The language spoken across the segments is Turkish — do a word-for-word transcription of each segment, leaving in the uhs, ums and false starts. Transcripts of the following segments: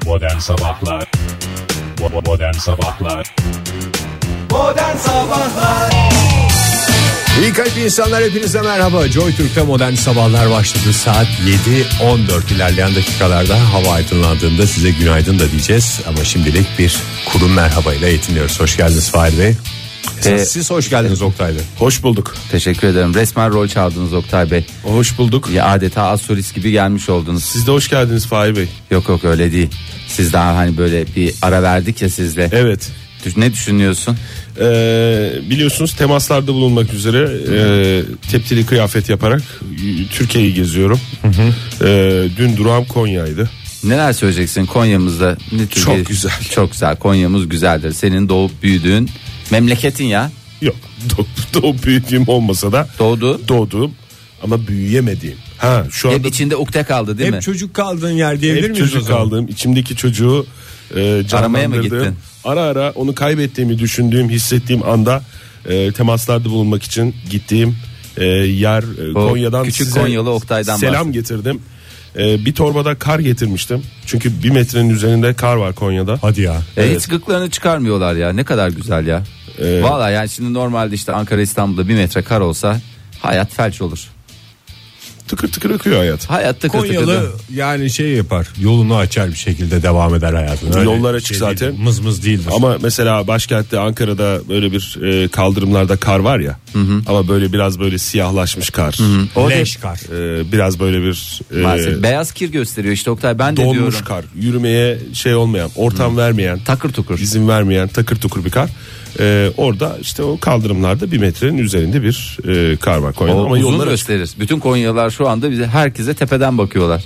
Modern Sabahlar Modern Sabahlar Modern Sabahlar İyi kalp insanlar, hepinize merhaba. Joy Türk'te Modern Sabahlar başladı. Saat yedi on dört, ilerleyen dakikalarda hava aydınlandığında size günaydın da diyeceğiz. Ama şimdilik bir kuru merhabayla yetiniyoruz. Hoş geldiniz Fahir Bey. Ee, Siz hoş geldiniz Oktay Bey. Hoş bulduk. Teşekkür ederim. Resmen rol çaldınız Oktay Bey. Hoş bulduk. Ya adeta az solist gibi gelmiş oldunuz. Siz de hoş geldiniz Fahir Bey. Yok yok öyle değil. Siz daha hani böyle bir ara verdik ya sizle. Evet. Ne düşünüyorsun? Ee, biliyorsunuz temaslarda bulunmak üzere e, teptili kıyafet yaparak Türkiye'yi geziyorum. Hı hı. E, dün durağım Konya'ydı. Neler söyleyeceksin Konya'mızda? Ne tür Çok bir- güzel. Çok güzel. Konya'mız güzeldir. Senin doğup büyüdüğün memleketin ya. Yok doğup, doğup büyüdüğüm olmasa da Doğdu. doğduğum ama büyüyemediğim. Ha şu Hep anda içinde ukde kaldı değil Hep mi? çocuk kaldığın yer diyebilir hep miyiz o çocuk zaman? kaldığım, içimdeki çocuğu e, Aramaya mı canlandırdığım, gittin? ara ara onu kaybettiğimi düşündüğüm, hissettiğim anda e, temaslarda bulunmak için gittiğim e, yer e, O Konya'dan küçük size Konyalı Oktay'dan selam bahsediyor. getirdim. E, bir torbada kar getirmiştim. Çünkü bir metrenin üzerinde kar var Konya'da. Hadi ya. E, Evet. Hiç gıklarını çıkarmıyorlar ya. Ne kadar güzel ya. Ee, Vallahi yani şimdi normalde işte Ankara İstanbul'da bir metre kar olsa hayat felç olur. Tıkır tıkır akıyor hayat. Hayat tıkır Konyalı tıkır. yani şey yapar, yolunu açar bir şekilde devam eder hayatına. Öyle Yollar açık şey zaten. değil, mız mız değildir. Ama mesela başkentte Ankara'da böyle bir e, kaldırımlarda kar var ya. Ama böyle biraz böyle siyahlaşmış kar. O leş hep- kar. E, biraz böyle bir e, Maalesef beyaz kir gösteriyor işte Oktay, ben de donmuş diyorum. kar. Yürümeye şey olmayan, ortam vermeyen, Takır tukur. izin vermeyen, takır tukur bir kar. E, orada işte o kaldırımlarda bir metrenin üzerinde bir e, kar var Konya'da. O Ama uzun yollar açık. gösterir. Bütün Konyalılar şu anda bize, herkese tepeden bakıyorlar.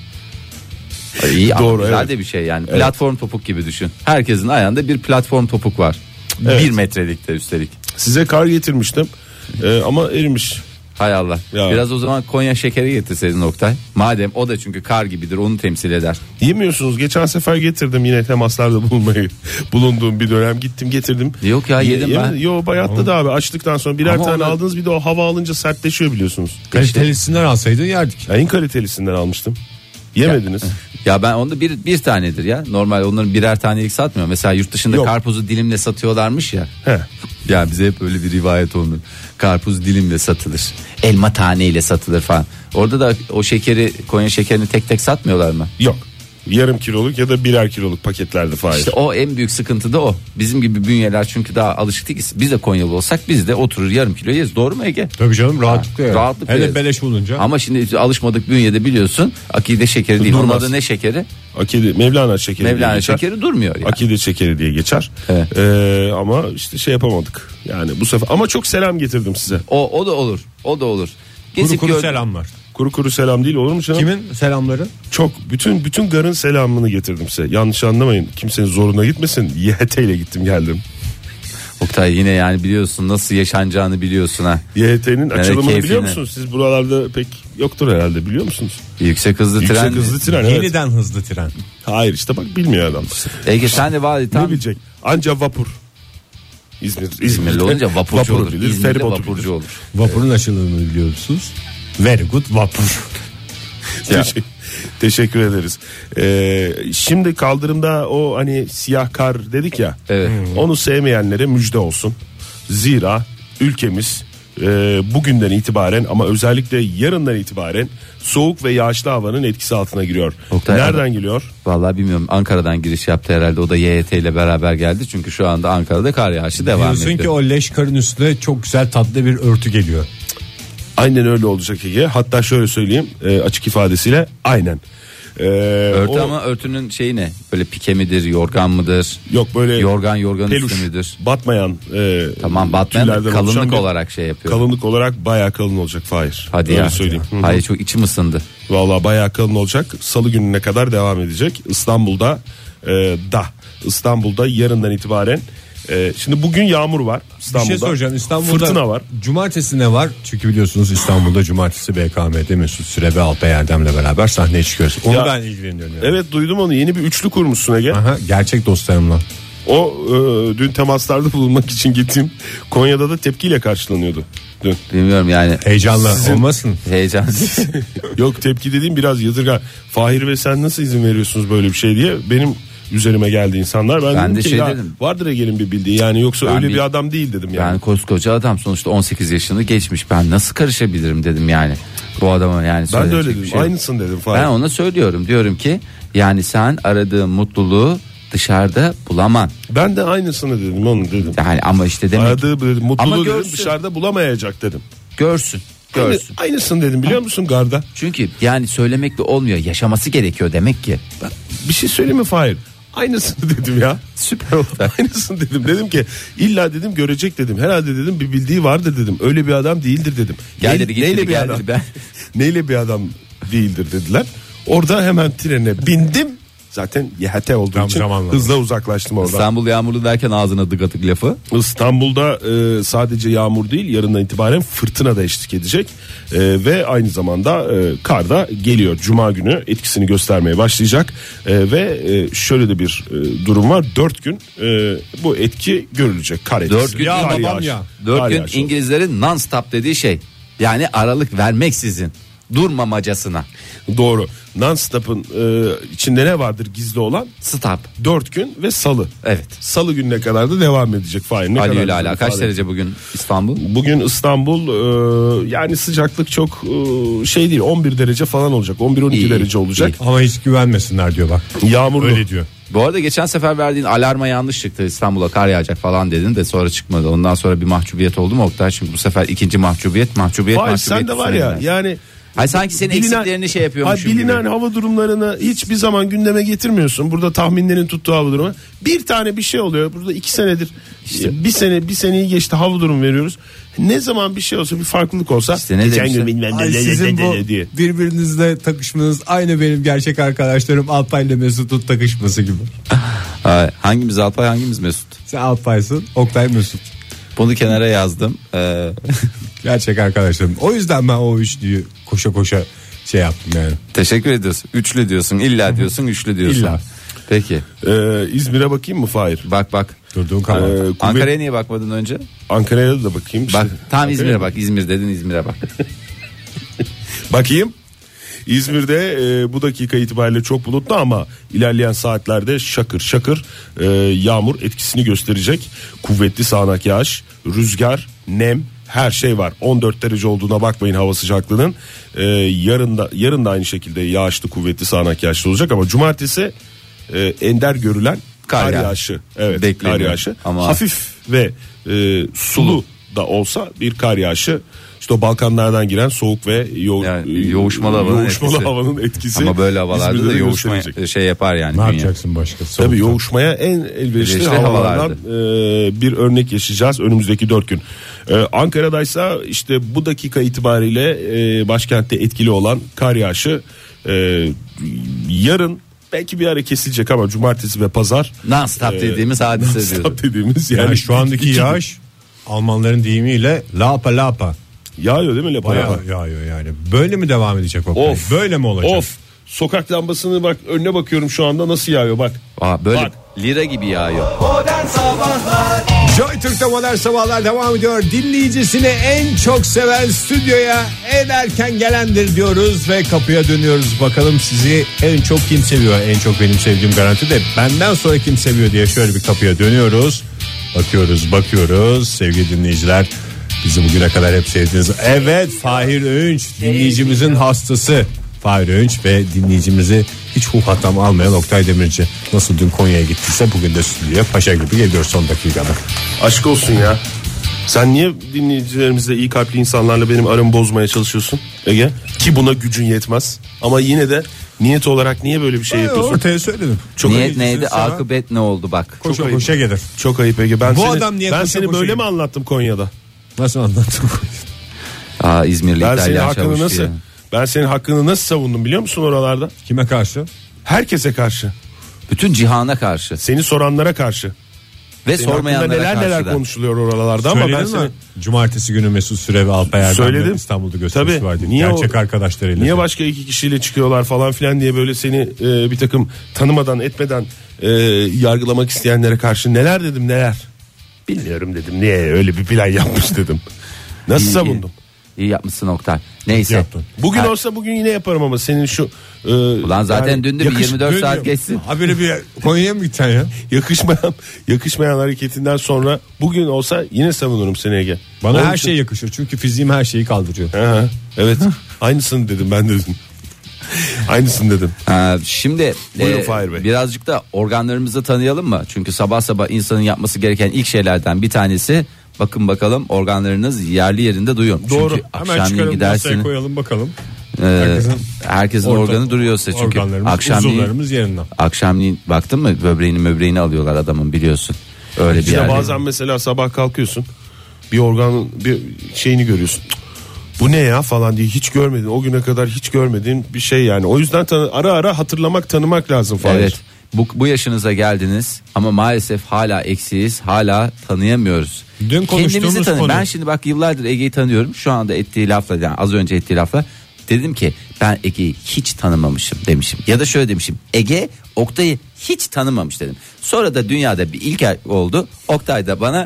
Ay, İyi ama Doğru, güzel evet. de bir şey yani. Platform topuk gibi düşün. Herkesin ayağında bir platform topuk var. Evet. Bir metrelikte üstelik. Size kar getirmiştim. E, ama erimiş. Hay Allah. Ya. Biraz o zaman Konya şekeri getirseydin Oktay. Madem o da çünkü kar gibidir, onu temsil eder. Yemiyorsunuz. Geçen sefer getirdim yine temaslarda bulunmayı. Bulunduğum bir dönem gittim getirdim. Yok ya, Ye- yedim yemin- ben. Yo bayatladı abi, açtıktan sonra birer Ama tane onu- aldınız, bir de o hava alınca sertleşiyor biliyorsunuz. Kalitelisinden alsaydın yerdik. En kalitelisinden almıştım. Yemediniz. Ya ben onda bir bir tanedir ya. Normal onların birer tanelik satmıyor. Mesela yurt dışında Yok. karpuzu dilimle satıyorlarmış ya. He. Ya bize hep öyle bir rivayet oldu. Karpuz dilimle satılır. Elma taneyle satılır falan. Orada da o şekeri, Konya şekerini tek tek satmıyorlar mı? Yok. Yarım kiloluk ya da birer kiloluk paketlerde Fahir. İşte o en büyük sıkıntı da o. Bizim gibi bünyeler çünkü daha alışık değiliz. Biz de Konyalı olsak biz de oturur yarım kilo yeriz. Doğru mu Ege? Tabii canım, rahatlıkla yer. Rahatlıkla Hele yeriz. beleş bulunca. Ama şimdi alışmadık bünyede biliyorsun. Akide şekeri değil. Onun Durmaz. adı ne şekeri? Akide, Mevlana şekeri diye Mevlana geçer. şekeri durmuyor yani. Akide şekeri diye geçer. Evet. Ee, ama işte şey yapamadık. Yani bu sefer ama çok selam getirdim size. O, o da olur. O da olur. Kuru Gezip kuru gör- selamlar. Kuru kuru selam değil, olur mu canım? Kimin selamları? Çok bütün bütün garın selamını getirdim size. Yanlış anlamayın. Kimsenin zoruna gitmesin. Y H ile gittim geldim. Oktay yine yani biliyorsun nasıl yaşanacağını biliyorsun ha. Y H T'nin açılımını keyfine. biliyor musunuz? Siz buralarda pek yoktur herhalde, biliyor musunuz? Yüksek hızlı Yüksek tren. hızlı tren, evet. Yeniden hızlı tren. Hayır işte bak, bilmiyor adam. Ege sen de var Ne tam bilecek? Anca vapur. İzmir, İzmir'de İzmirli olunca vapurcu vapuru olur. bilir, İzmir'de feribotu vapurcu bilir. olur. Vapurun açılımını biliyorsunuz. Very good vapur. Ya. Teşekkür, teşekkür ederiz. Ee, şimdi kaldırımda o hani siyah kar dedik ya. Evet. Onu sevmeyenlere müjde olsun. Zira ülkemiz e, bugünden itibaren ama özellikle yarından itibaren soğuk ve yağışlı havanın etkisi altına giriyor. Oktay, Nereden abi- geliyor? Vallahi bilmiyorum, Ankara'dan giriş yaptı herhalde, o da Y H T ile beraber geldi çünkü şu anda Ankara'da kar yağışı devam Diyorsun ediyor. ki o leş karın üstüne çok güzel tatlı bir örtü geliyor. Aynen öyle olacak Ege. Hatta şöyle söyleyeyim e, açık ifadesiyle aynen. Ee, Örtü o- ama örtünün şeyi ne? Böyle pike midir, yorgan mıdır? Yok böyle Yorgan yorgan peluş, üstü müdür? batmayan e, Tamam, batmayan da tüllerden kalınlık oluşan bir- olarak şey yapıyor. Kalınlık olarak bayağı kalın olacak Fahir. Hadi Öyle ya. söyleyeyim. Hı hı. Hayır, çok içim ısındı. Vallahi bayağı kalın olacak. Salı gününe kadar devam edecek. İstanbul'da e, da İstanbul'da yarından itibaren e, şimdi bugün yağmur var Bir İstanbul'da. şey soracağım, İstanbul'da fırtına var. Cumartesi ne var? Çünkü biliyorsunuz İstanbul'da cumartesi B K M'de Mesut Süre ve Alpay Erdem'le beraber sahneye çıkıyoruz. Onu Ya, ben ilgileniyorum. Yani. Evet, duydum onu. Yeni bir üçlü kurmuşsun Ege. Aha, gerçek dostlarımla. O e, dün temaslarda bulunmak için gittim. Konya'da da tepkiyle karşılanıyordu dün. Bilmiyorum yani. Heyecanla Sizin- olmasın? Heyecan. Yok, tepki dediğim biraz yadırga. Fahir ve sen nasıl izin veriyorsunuz böyle bir şey diye. Benim üzerime geldi insanlar. Ben, Ben dedim de ki şey ya, dedim. vardır Ege'nin bir bildiği yani yoksa Ben öyle bir- bir adam değil dedim yani. Ben koskoca adam sonuçta on sekiz yaşını geçmiş. Ben nasıl karışabilirim dedim yani. Bu adama yani Ben de söyleyecek öyle bir dedim. şey yok. Aynısın dedim falan. Ben ona söylüyorum, diyorum ki yani sen aradığın mutluluğu dışarıda bulamam. Ben de aynısını dedim onu dedim. Yani ama işte demek Aradığı bir Ama mutluluğu dedim görsün. dışarıda bulamayacak dedim. görsün. Aynı, Görsün. aynısın dedim biliyor musun Garda? Çünkü yani söylemekle olmuyor. Yaşaması gerekiyor demek ki. Bak, bir şey söyleyeyim mi Fahir? Aynısını dedim ya. Süper oldu. Aynısını dedim. Dedim ki illa dedim görecek dedim. Herhalde dedim bir bildiği vardır dedim. Öyle bir adam değildir dedim. Gel Ne- dedi, git neyle dedi, bir gel adam? dedi, ben- Neyle bir adam değildir dediler. Orada hemen trene bindim. Zaten Y H T olduğu Tam için zamanla. hızla uzaklaştım oradan. İstanbul yağmurlu derken ağzına dık atık lafı. İstanbul'da e, sadece yağmur değil yarından itibaren fırtına da eşlik edecek. E, ve aynı zamanda e, kar da geliyor. Cuma günü etkisini göstermeye başlayacak. E, ve e, şöyle de bir e, durum var. Dört gün e, bu etki görülecek. Kar etkisi. Dört gün Ya Kar babam yağışı. ya. Dört Kar gün yağışı. İngilizlerin non-stop dediği şey. Yani aralık vermeksizin durmamacasına. Doğru. Non-stop'ın e, içinde ne vardır gizli olan? Stop. Dört gün ve salı. Evet. Salı gününe kadar da devam edecek. Fahir. Ne Ali kadar ile güzel ala kaç ifade. derece bugün İstanbul? Bugün İstanbul e, yani sıcaklık çok e, şey değil on bir derece falan olacak. on bir on iki İyi, derece olacak. iyi. Ama hiç güvenmesinler diyor bak. Yağmurlu. Öyle diyor. Bu arada geçen sefer verdiğin alarma yanlış çıktı. İstanbul'a kar yağacak falan dedin de sonra çıkmadı. Ondan sonra bir mahcubiyet oldu mu Oktay? Çünkü bu sefer ikinci mahcubiyet mahcubiyet Hayır mahcubiyet. sen de var ya yani Hayır, sanki senin eksiklerini şey yapıyormuşum Hayır, bilinen gibi. hava durumlarını hiçbir zaman gündeme getirmiyorsun. Burada tahminlerin tuttuğu hava durumu. Bir tane bir şey oluyor. Burada iki senedir işte bir sene bir seneyi geçti hava durumu veriyoruz. Ne zaman bir şey olsa bir farklılık olsa İşte ne geçen demişler? gün bilmem ne, Ay, ne, ne, sizin ne, bu ne diye. birbirinizle takışmanız aynı benim gerçek arkadaşlarım Alpay ile Mesut'un takışması gibi. Hayır, hangimiz Alpay hangimiz Mesut? Sen Alpay'sın, Oktay Mesut. Bunu kenara yazdım. Ee, Gerçek arkadaşlarım. O yüzden ben o üçlüyü koşa koşa şey yaptım yani. teşekkür ediyorsun. Üçlü diyorsun. İlla diyorsun. Üçlü diyorsun. İlla. Peki. Ee, İzmir'e bakayım mı Fahir? Bak bak. Durduğun Ee, kalmadı. kuvvet- Ankara'ya niye bakmadın önce? Ankara'ya da bakayım. işte. Bak tam Ankara'ya İzmir'e mı? bak. İzmir dedin, İzmir'e bak. Bakayım. İzmir'de e, bu dakika itibariyle çok bulutlu ama ilerleyen saatlerde şakır şakır e, yağmur etkisini gösterecek. Kuvvetli sağanak yağış, rüzgar, nem her şey var. on dört derece olduğuna bakmayın hava sıcaklığının. E, yarın da yarın da aynı şekilde yağışlı kuvvetli sağanak yağışlı olacak ama cumartesi e, ender görülen Kar kar, yağ- yağışı. Evet, Bekleniyor. kar yağışı. Ama- Hafif ve e, sulu da olsa bir kar yağışı. İşte o Balkanlardan giren soğuk ve yo- Yani yoğuşmalı havanın yoğuşmalı etkisi. havanın etkisi. Ama böyle havalarda İzmir'de da de yoğuşma gösterecek. şey yapar yani. Ne dünya. yapacaksın başka? Tabii Soğukta. yoğuşmaya en elverişli Elverişli havalardan e, bir örnek yaşayacağız önümüzdeki dört gün. E, Ankara'daysa işte bu dakika itibariyle e, başkentte etkili olan kar yağışı e, yarın belki bir ara kesilecek ama cumartesi ve pazar Non-stop e, dediğimiz hadise diyoruz. non-stop dediğimiz yani, Yani şu andaki iki- yağış Almanların deyimiyle lapa lapa. yağıyor değil mi lapa lapa? Bayağı yağıyor yani. Böyle mi devam edecek Oktay? Of. Böyle mi olacak? Of. Sokak lambasını bak önüne bakıyorum şu anda nasıl yağıyor bak. Aa, böyle Bak. lira gibi yağıyor. Modern Sabahlar Joy Türk'te modern sabahlar devam ediyor. Dinleyicisini en çok seven stüdyoya en erken gelendir diyoruz ve kapıya dönüyoruz. Bakalım sizi en çok kim seviyor? En çok benim sevdiğim garanti de benden sonra kim seviyor diye şöyle bir kapıya dönüyoruz. Bakıyoruz bakıyoruz sevgili dinleyiciler. Bizi bugüne kadar hep sevdiniz. Evet, Fahir Öğünç dinleyicimizin hastası. Fahir Öğünç ve dinleyicimizi hiç huhatam almayan Oktay Demirci. Nasıl dün Konya'ya gittiyse bugün de stüdyoya paşa gibi geliyor son dakikada. Aşk olsun ya. Sen niye dinleyicilerimizle iyi kalpli insanlarla benim aramı bozmaya çalışıyorsun Ege? Ki buna gücün yetmez. Ama yine de niyet olarak niye böyle bir şey yapıyorsun? Ortaya söyledim. Çok Niyet ayıp. neydi? sana- Akıbet ne oldu bak. Koşa Çok ayıp. koşa gelir. Çok ayıp Ege. Ben Bu seni, adam niye ben koşa seni koşa böyle gidiyor? mi anlattım Konya'da? Nasıl anlattım? Aa, İzmirli Ben senin İtalyan hakkını çavuşu nasıl ya. ben senin hakkını nasıl savundum biliyor musun oralarda? Kime karşı? Herkese karşı. Bütün cihana karşı Seni soranlara karşı. ve Senin hakkında sormayanlara neler karşı neler da. konuşuluyor oralarda ama ben Söyledin seni mi? Cumartesi günü Mesut Süre ve Alpay Erdem'le Söyledim. İstanbul'da gösterisi Tabii. var diye. Niye Gerçek o- arkadaşlarıyla. niye başka iki kişiyle çıkıyorlar falan filan diye böyle seni e, bir takım tanımadan etmeden e, yargılamak isteyenlere karşı neler dedim neler. Bilmiyorum dedim niye öyle bir plan yapmış dedim. Nasıl İyi, savundum? İyi yapmışsın Oktay. Neyse. Yaptın. Bugün Ha. olsa bugün yine yaparım ama senin şu e, Ulan zaten yani dün de bir yakış- yirmi dört saat Dönüyor. geçsin. Ha böyle bir Konya'ya mı gideceksin ya? yakışmayan yakışmayan hareketinden sonra bugün olsa yine savunurum seni Ege. Bana Onun her için- şey yakışıyor çünkü fiziğim her şeyi kaldırıyor. Aha, evet. Aynısını dedim ben de dedim. Aynısını dedim. Ha, şimdi Buyurun e, Fahir Bey. birazcık da organlarımızı tanıyalım mı? Çünkü sabah sabah insanın yapması gereken ilk şeylerden bir tanesi bakın bakalım organlarınız yerli yerinde duyuyor mu? Doğru. Çünkü Hemen akşamleyin çıkaralım masaya gidersin. koyalım bakalım. e, Herkesin herkesin organ- organı duruyorsa çünkü organlarımız, akşamleyin uzuvlarımız yerinden. akşamleyin baktın mı böbreğini möbreğini alıyorlar adamın biliyorsun. Öyle bir İşte yerde. bazen mesela sabah kalkıyorsun bir organın bir şeyini görüyorsun. Bu ne ya falan diye hiç görmedin. O güne kadar hiç görmediğin bir şey yani. O yüzden tanı- ara ara hatırlamak tanımak lazım Fahir. Evet. Bu, bu yaşınıza geldiniz ama maalesef hala eksiyiz. Hala tanıyamıyoruz. Dün konuştuğumuz Kendimizi tanı- konu. Ben şimdi bak yıllardır Ege'yi tanıyorum. Şu anda ettiği lafla yani az önce ettiği lafla dedim ki ben Ege'yi hiç tanımamışım demişim. Ya da şöyle demişim. Ege Oktay'ı hiç tanımamış dedim. Sonra da dünyada bir ilk oldu. Oktay da bana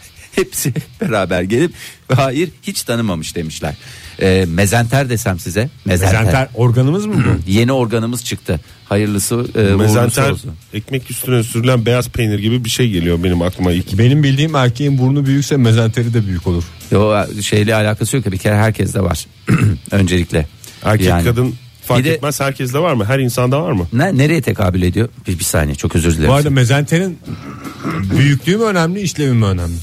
hepsi beraber gelip hayır hiç tanımamış demişler. Ee, mezenter desem size. Mezenter. Mezenter organımız mı bu? Yeni organımız çıktı. Hayırlısı e, uğurlusu Mezenter olsun. ekmek üstüne sürülen beyaz peynir gibi bir şey geliyor benim aklıma ilk. Benim bildiğim erkeğin burnu büyükse mezenteri de büyük olur. Yo, şeyle alakası yok. Bir kere herkes de var. Öncelikle. Erkek Yani. kadın fark Bir de- etmez herkeste var mı? Her insanda var mı? Ne, nereye tekabül ediyor? Bir, bir saniye çok özür dilerim. Bu arada mezenterin büyüklüğü mü önemli, işlevi mi önemli?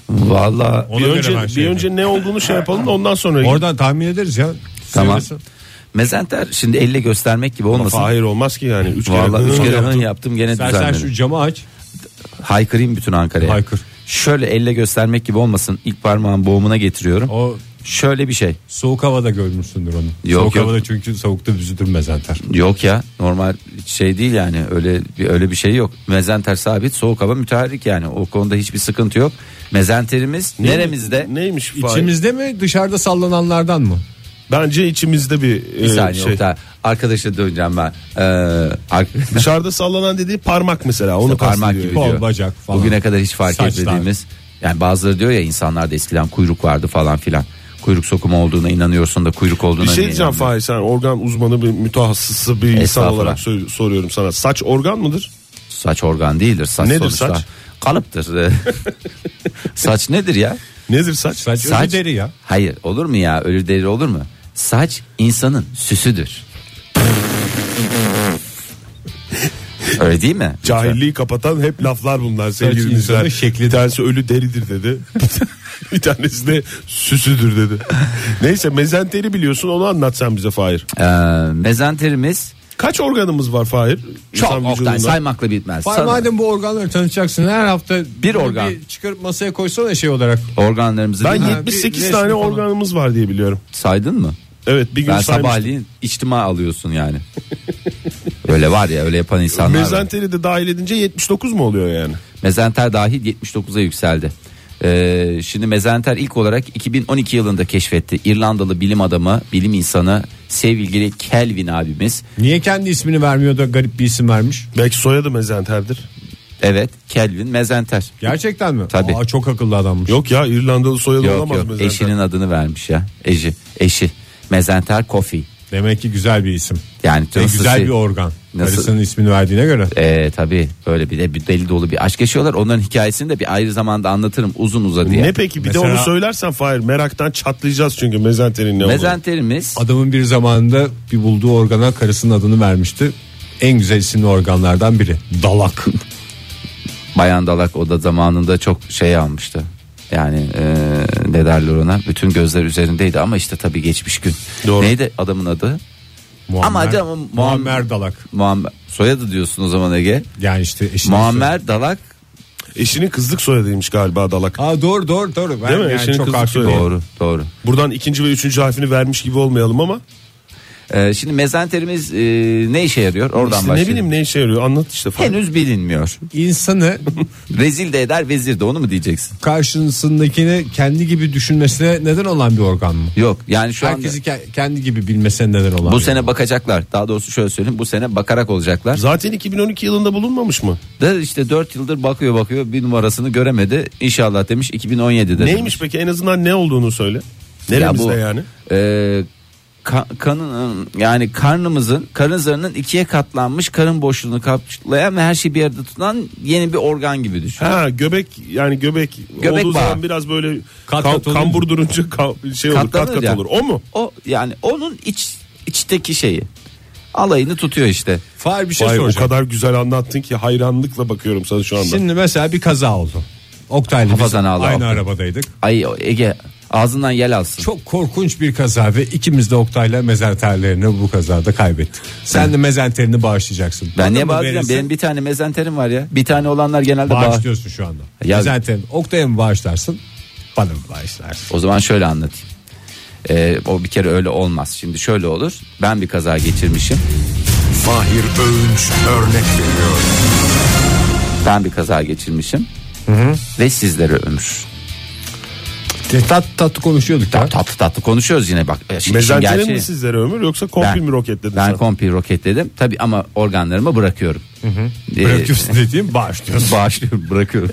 Valla Ona Bir göre önce ben bir şey önce ne olduğunu şey yapalım da ondan sonra. Oradan tahmin ederiz ya. tamam. Söylesin. Mezenter şimdi elle göstermek gibi Ama olmasın. Fahir olmaz ki yani. Üç kere Valla üç hıh kere yaptım. hın yaptım gene Sen, sen düzenledim. şu camı aç. Haykırayım bütün Ankara'ya. Haykır. Şöyle elle göstermek gibi olmasın. İlk parmağın boğumuna getiriyorum. O Şöyle bir şey. soğuk havada görmüşsündür onu. Yok, soğuk yok. havada çünkü soğukta büzülür mezenter. Yok ya normal şey değil yani öyle bir öyle bir şey yok. Mezenter sabit, soğuk hava müteharrik yani o konuda hiçbir sıkıntı yok. Mezenterimiz Ne- neremizde? Neymiş Fahir? İçimizde mi dışarıda sallananlardan mı? Bence içimizde bir, Bir e, saniye şey. Oktay. Arkadaşa döneceğim ben. Ee, ar- Dışarıda sallanan dediği parmak mesela. Onu parmak kastediyor. gibi Kol, diyor. bacak falan. Bugüne kadar hiç fark Saçlar. etmediğimiz. Yani bazıları diyor ya insanlarda eskiden kuyruk vardı falan filan. Kuyruk sokumu olduğuna inanıyorsun da kuyruk olduğuna Bir şey niye diyeceğim inanmıyorsun? Fahir, sen organ uzmanı bir mütehassısı bir insan Estağfurullah. olarak sor- soruyorum sana. Saç organ mıdır? Saç organ değildir. Saç Nedir sonuçta saç? kalıptır. Saç nedir ya? Nedir saç? Saç, Saç ölü deri ya. Hayır olur mu ya ölü deri olur mu? Saç insanın süsüdür. Öyle değil mi? Cahilliği kapatan hep laflar bunlar sevgili insanın dinleyiciler. şeklidir. Bir tanesi ölü deridir dedi. Bir tanesi de süsüdür dedi. Neyse mezenteri biliyorsun, onu anlat sen bize Fahir. Ee, mezenterimiz Kaç organımız var Fahir? çok İnsan Oktay vücudunda? saymakla bitmez. Fahir, Sana- madem bu organları tanıtacaksın her hafta Bir bunu organ. bir çıkarıp masaya koysana şey olarak. Organlarımızı Ben değil mi? yetmiş sekiz bir tane resmi falan. organımız var diye biliyorum. saydın mı? Evet bir gün Ben saymıştım. sabahleyin içtima alıyorsun yani. Öyle var ya öyle yapan insanlar var. Mezenteri de dahil edince yetmiş dokuz mu oluyor yani? Mezenter dahil yetmiş dokuza yükseldi. Ee, şimdi mezenter ilk olarak iki bin on iki yılında keşfetti. İrlandalı bilim adamı, bilim insanı sevgili Kelvin abimiz. Niye kendi ismini vermiyor da garip bir isim vermiş? Belki soyadı mezenterdir. Evet, Kelvin Mezenter. Gerçekten mi? Tabii. Aa, çok akıllı adammış. Yok ya, İrlandalı soyadı Yok olamaz yok mezenter. eşinin adını vermiş ya. Eşi, eşi. Mezenter Coffee. Demek ki güzel bir isim. Yani Ve nasıl güzel şey- bir organ. Nasıl- Karısının ismini verdiğine göre. Ee, tabii böyle bir de bir deli dolu bir aşk yaşıyorlar. Onların hikayesini de bir ayrı zamanda anlatırım uzun uzadıya. Ne peki bir de Mesela- onu söylersen Fahir, meraktan çatlayacağız çünkü mezenterin ne olduğunu. Mezenterimiz Adamın bir zamanında bir bulduğu organa karısının adını vermişti. En güzel isimli organlardan biri. Dalak. Bayan Dalak o da zamanında çok şey almıştı. Yani e, ne derler ona, bütün gözler üzerindeydi ama işte tabii geçmiş gün. Doğru. Neydi adamın adı? Ama canım, Muam- Muammer Dalak. Muammer soyadı diyorsun o zaman Ege. Yani işte eşinin Muammer Dalak. Eşinin kızlık soyadıymış galiba Dalak. soyadı. Aa, doğru doğru doğru. Ben Değil mi? yani Eşinin çok kızı hakim soyadı. değilim. Doğru doğru. Buradan ikinci ve üçüncü harfini vermiş gibi olmayalım ama. E, şimdi mezenterimiz e, ne işe yarıyor? Oradan İşte ne başlayalım. bileyim ne işe yarıyor, anlat işte Fahir. Henüz bilinmiyor. İnsanı Rezil de eder vezir de, onu mu diyeceksin? karşısındakini kendi gibi düşünmesine neden olan bir organ mı? Yok yani şu anda Herkesi ke- kendi gibi bilmesine neden olan. bu bir sene organ. bakacaklar. Daha doğrusu şöyle söyleyeyim, bu sene bakarak olacaklar. Zaten iki bin on iki yılında bulunmamış mı? Da işte dört yıldır bakıyor bakıyor bir numarasını göremedi. İnşallah demiş iki bin on yedide. Neymiş peki, en azından ne olduğunu söyle. Neremizde bu, yani? e, ka- kanın yani karnımızın karın zarının ikiye katlanmış karın boşluğunu kaplayan ve her şeyi bir arada tutan yeni bir organ gibi düşün. Ha göbek yani göbek, Göbek olduğu bağı. zaman biraz böyle Kat ka- kat olur kambur mu? durunca ka- şey olur kat Katlanır kat ya. olur. O mu? O yani onun iç içteki şeyi. Alayını tutuyor işte. Fahir bir şey Vay, o soracağım. kadar güzel anlattın ki hayranlıkla bakıyorum sana şu anda. Şimdi mesela bir kaza oldu. Oktay'la biz Hafazan ağla, aynı Oktay. arabadaydık. Ay Ege ağzından yel alsın. Çok korkunç bir kaza ve ikimiz de Oktay'la mezenterlerini bu kazada kaybettik. Sen de mezenterini bağışlayacaksın. Ben Bana niye mı bağıracağım? verirsin? Benim bir tane mezenterim var ya. Bir tane olanlar genelde bağır. Bağışlıyorsun şu anda. Ya- Mezenterin Oktay'a mı bağışlarsın? Bana mı bağışlarsın? O zaman şöyle anlatayım. Ee, o bir kere öyle olmaz. Şimdi şöyle olur. Ben bir kaza geçirmişim. Fahir Öğünç örnek veriyor. Ben bir kaza geçirmişim. Ve sizlere ömür. Tat tatlı konuşuyorduk ya. Tatlı tatlı konuşuyoruz yine bak. E, işin Mezenterin gerçeği- mi sizlere ömür yoksa komple mi roketledin Ben sen? komple roketledim. Tabii ama organlarımı bırakıyorum. Ee, Bırakıyorsun dediğim bağışlıyorsun. bağışlıyorum, bırakıyorum.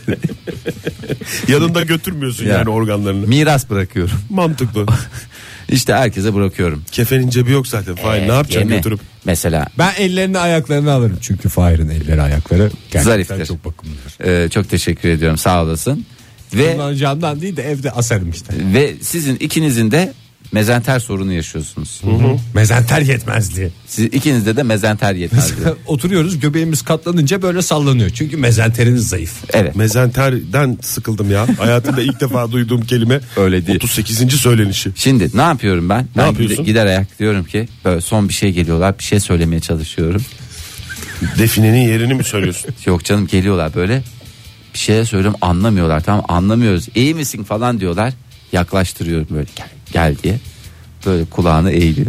Yanında götürmüyorsun Ya. yani organlarını. Miras bırakıyorum. Mantıklı. İşte herkese bırakıyorum. Kefenin cebi yok zaten. Fahir Ee, ne yapacaksın yeme. götürüp? Mesela Ben ellerini ayaklarını alırım çünkü Fahir'in elleri ayakları gerçekten Zariftir. çok bakımlıdır. e, çok teşekkür ediyorum, sağ olasın. Ve Kullanacağımdan değil de evde asarım işte. ve sizin ikinizin de mezenter sorunu yaşıyorsunuz. Mezenter yetmezliği. Siz ikinizde de mezenter yetmezdi. Oturuyoruz göbeğimiz katlanınca böyle sallanıyor. Çünkü mezenteriniz zayıf. Evet. Mezenterden sıkıldım ya. Hayatımda ilk defa duyduğum kelime. Öyle değil. otuz sekizinci söylenişi. Şimdi ne yapıyorum ben? Ben yapıyorsun? gide- gider ayak diyorum ki böyle son bir şey geliyorlar, bir şey söylemeye çalışıyorum. Definenin yerini mi söylüyorsun? Yok canım, geliyorlar böyle bir şey söylüyorum, anlamıyorlar, tamam anlamıyoruz, iyi misin falan diyorlar, yaklaştırıyorum böyle gel, gel diye, böyle kulağını eğiliyor.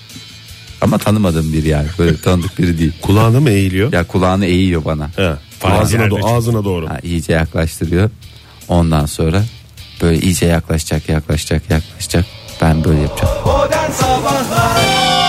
Ama tanımadığım biri yani, böyle tanıdık biri değil. Kulağına mı eğiliyor? Ya kulağını eğiyor bana. He. Ağzına, yerde do- ağzına doğru. Ha, iyice yaklaştırıyor. Ondan sonra böyle iyice yaklaşacak, yaklaşacak, yaklaşacak. Ben böyle yapacağım. Modern Sabahlar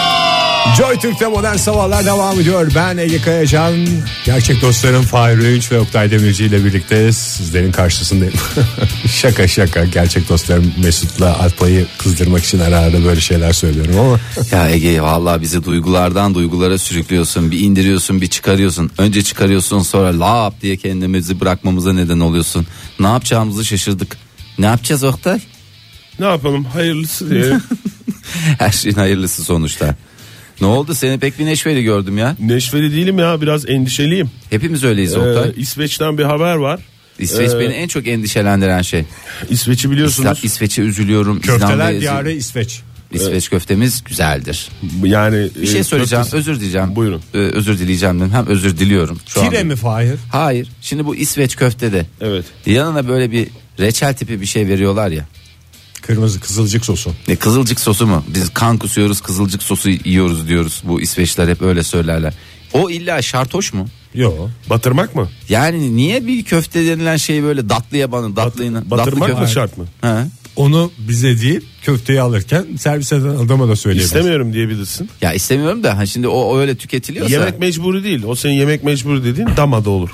Joy Türk'te modern sabahlar devam ediyor. Ben Ege Kayacan. Gerçek dostlarım Fahir Öğünç ve Oktay Demirci ile birlikte sizlerin karşısındayım. Şaka şaka. Gerçek dostlarım Mesut'la Alpay'ı kızdırmak için ara ara böyle şeyler söylüyorum ama. Ya Ege, vallahi bizi duygulardan duygulara sürüklüyorsun. Bir indiriyorsun, bir çıkarıyorsun. Önce çıkarıyorsun, sonra lap diye kendimizi bırakmamıza neden oluyorsun. Ne yapacağımızı şaşırdık. Ne yapacağız Oktay? Ne yapalım hayırlısı diye. Her şeyin hayırlısı sonuçta. Ne oldu, seni pek bir neşveli gördüm ya. Neşveli değilim ya, biraz endişeliyim. Hepimiz öyleyiz Oktay. Ee, İsveç'ten bir haber var. İsveç Ee, beni en çok endişelendiren şey. İsveç'i biliyorsunuz. İsla- İsveç'e üzülüyorum. Köfteler İzlanda'ya diyarı üzülüyorum. İsveç. İsveç köftemiz güzeldir. Yani Bir şey e, söyleyeceğim, köftesi- özür dileyeceğim. Buyurun. Ee, özür dileyeceğim dedim. Hem özür diliyorum. Şu Tire anda. mi Fahir? Hayır. Şimdi bu İsveç köftede Evet. yanına böyle bir reçel tipi bir şey veriyorlar ya. Kırmızı kızılcık sosu. Ne, kızılcık sosu mu? Biz kan kusuyoruz, kızılcık sosu yiyoruz diyoruz. Bu İsveçliler hep öyle söylerler. O illa şartoş mu? Yok. Batırmak mı? Yani niye bir köfte denilen şeyi böyle datlıya banın, datlıyını, Batırmak datlı mı köfte- şart mı? Ha. Onu bize değil köfteyi alırken servis eden adama da söyleyebiliriz. İstemiyorum diyebilirsin. Ya istemiyorum da ha şimdi o, o öyle tüketiliyorsa. Yemek mecburi değil. O senin yemek mecburi dediğin damada olur.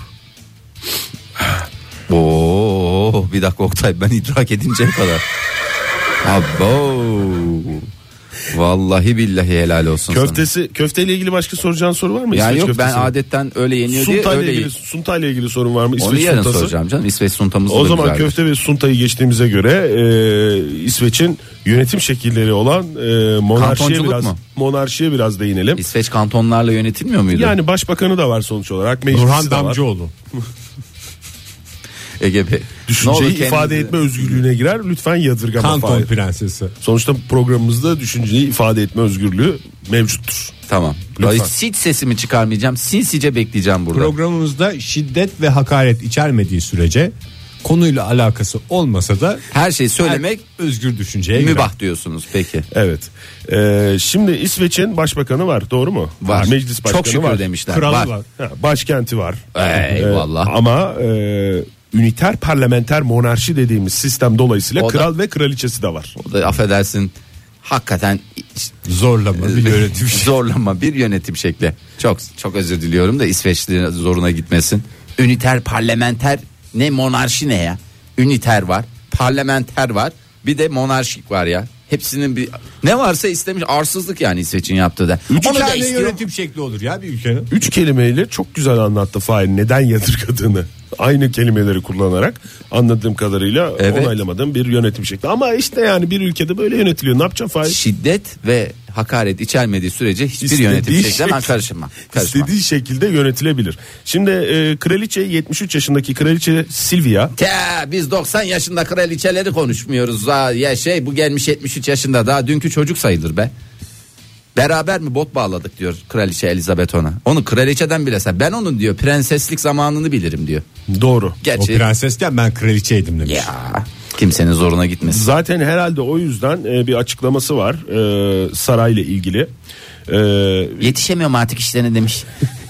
Oo, bir dakika Oktay, ben idrak edinceye kadar. Abo. Vallahi billahi helal olsun Köftesi, köfteyle ilgili başka soracağın soru var mı? sana. Ya İsveç yok, ben köftesi? adetten öyle yeniyor diye Suntayla öyle. ilgili, Suntayla ilgili sorun var mı? Onu İsveç yarın suntası. soracağım canım. İsveç suntamız O da zaman güzeldir. köfte ve suntayı geçtiğimize göre e, İsveç'in yönetim şekilleri olan e, monarşiye Kantonculuk biraz mu? monarşiye biraz değinelim. İsveç kantonlarla yönetilmiyor muydu? Yani başbakanı da var sonuç olarak, meclisi Burhan de var. Damcıoğlu. Ege Bey. Ne Düşünceyi olur ifade kendinizi- etme özgürlüğüne girer. Lütfen yadırgama. Kanton Fahir. prensesi. Sonuçta programımızda düşünceyi ifade etme özgürlüğü mevcuttur. Tamam. Lütfen. Hiç, hiç sesimi çıkarmayacağım. Sinsice bekleyeceğim burada. Programımızda şiddet ve hakaret içermediği sürece konuyla alakası olmasa da Her şeyi söylemek özgür düşünceye girer. mübah diyorsunuz peki. Evet. Ee, şimdi İsveç'in başbakanı var, doğru mu? Var. Meclis başkanı Çok şükür var. demişler. Kralı var. var. Ha, başkenti var. Eyvallah. Ee, ama e, üniter parlamenter monarşi dediğimiz sistem dolayısıyla O da- kral ve kraliçesi de var. O da affedersin, hakikaten Zorlama bir yönetim. zorlama bir yönetim şekli. Çok çok özür diliyorum da İsveçlilerin zoruna gitmesin. Üniter, parlamenter, ne monarşi ne ya? Üniter var, parlamenter var, bir de monarşik var ya. Hepsinin bir ne varsa istemiş, arsızlık yani İsveç'in yaptığı da. Üç Onu da tane istiyor. yönetim şekli olur ya bir ülkenin. Üç kelimeyle çok güzel anlattı Fahir neden yadırgadığını. Aynı kelimeleri kullanarak anladığım kadarıyla Evet. onaylamadığım bir yönetim şekli. Ama işte yani bir ülkede böyle yönetiliyor. Ne yapacağım Fahir? Şiddet ve hakaret içermediği sürece hiçbir İstediği yönetim şekline ben şekil- karışmam. karışmam. İstediği şekilde yönetilebilir. Şimdi e, kraliçe yetmiş üç yaşındaki kraliçe Silvia. Te, biz doksan yaşında kraliçeleri konuşmuyoruz. Ha, ya şey bu gelmiş yetmiş üç yaşında, daha dünkü çocuk sayılır be. Beraber mi bot bağladık diyor kraliçe Elizabeth ona. Onu kraliçeden bile sen, ben onun diyor prenseslik zamanını bilirim diyor. Doğru. O Gerçi prensesken ben kraliçeydim demiş. ya kimsenin zoruna gitmesin. Zaten herhalde o yüzden e, bir açıklaması var e, sarayla ilgili. E, Yetişemiyorum artık işlerine demiş.